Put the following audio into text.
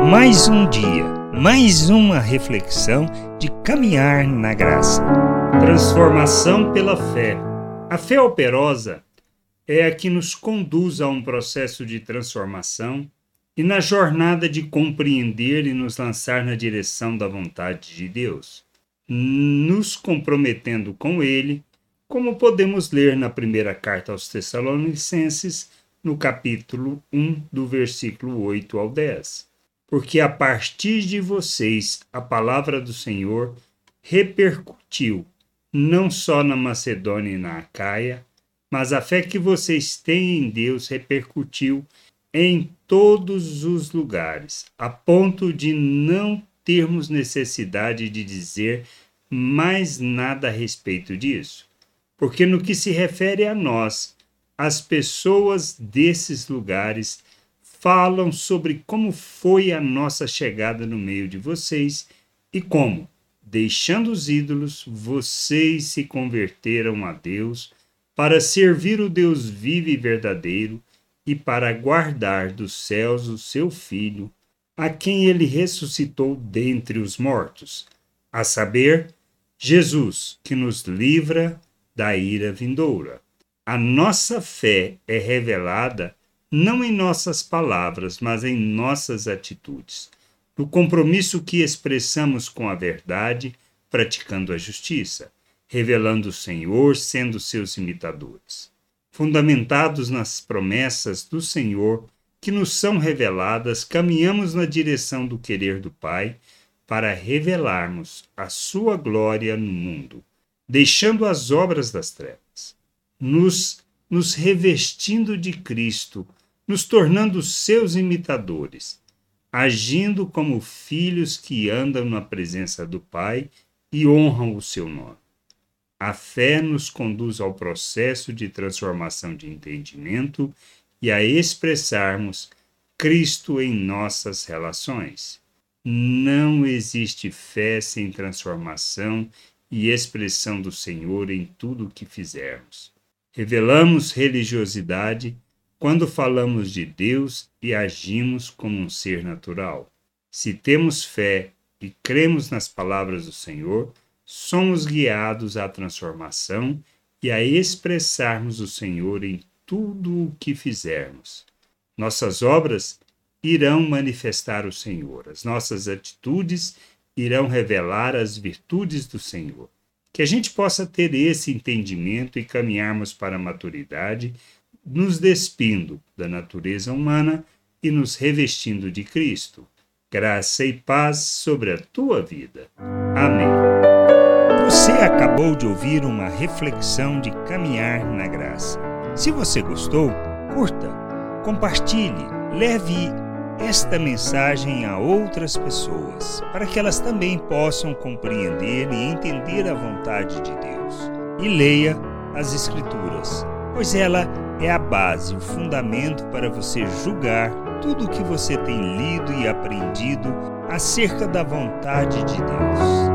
Mais um dia, mais uma reflexão de caminhar na graça. Transformação pela fé. A fé operosa é a que nos conduz a um processo de transformação e na jornada de compreender e nos lançar na direção da vontade de Deus, nos comprometendo com Ele, como podemos ler na primeira carta aos Tessalonicenses, no capítulo 1, do versículo 8 ao 10. Porque a partir de vocês a palavra do Senhor repercutiu, não só na Macedônia e na Acaia, mas a fé que vocês têm em Deus repercutiu em todos os lugares, a ponto de não termos necessidade de dizer mais nada a respeito disso. Porque no que se refere a nós, as pessoas desses lugares falam sobre como foi a nossa chegada no meio de vocês e como, deixando os ídolos, vocês se converteram a Deus para servir o Deus vivo e verdadeiro e para guardar dos céus o seu Filho, a quem ele ressuscitou dentre os mortos, a saber, Jesus, que nos livra da ira vindoura. A nossa fé é revelada não em nossas palavras, mas em nossas atitudes, no compromisso que expressamos com a verdade, praticando a justiça, revelando o Senhor, sendo seus imitadores. Fundamentados nas promessas do Senhor que nos são reveladas, caminhamos na direção do querer do Pai para revelarmos a sua glória no mundo, deixando as obras das trevas, nos revestindo de Cristo, nos tornando seus imitadores, agindo como filhos que andam na presença do Pai e honram o seu nome. A fé nos conduz ao processo de transformação de entendimento e a expressarmos Cristo em nossas relações. Não existe fé sem transformação e expressão do Senhor em tudo o que fizermos. Revelamos religiosidade quando falamos de Deus e agimos como um ser natural. Se temos fé e cremos nas palavras do Senhor, somos guiados à transformação e a expressarmos o Senhor em tudo o que fizermos. Nossas obras irão manifestar o Senhor, as nossas atitudes irão revelar as virtudes do Senhor. Que a gente possa ter esse entendimento e caminharmos para a maturidade, nos despindo da natureza humana e nos revestindo de Cristo. Graça e paz sobre a tua vida. Amém. Você acabou de ouvir uma reflexão de caminhar na graça. Se você gostou, curta, compartilhe, leve esta mensagem a outras pessoas, para que elas também possam compreender e entender a vontade de Deus. E leia as Escrituras, pois ela é a base, o fundamento para você julgar tudo o que você tem lido e aprendido acerca da vontade de Deus.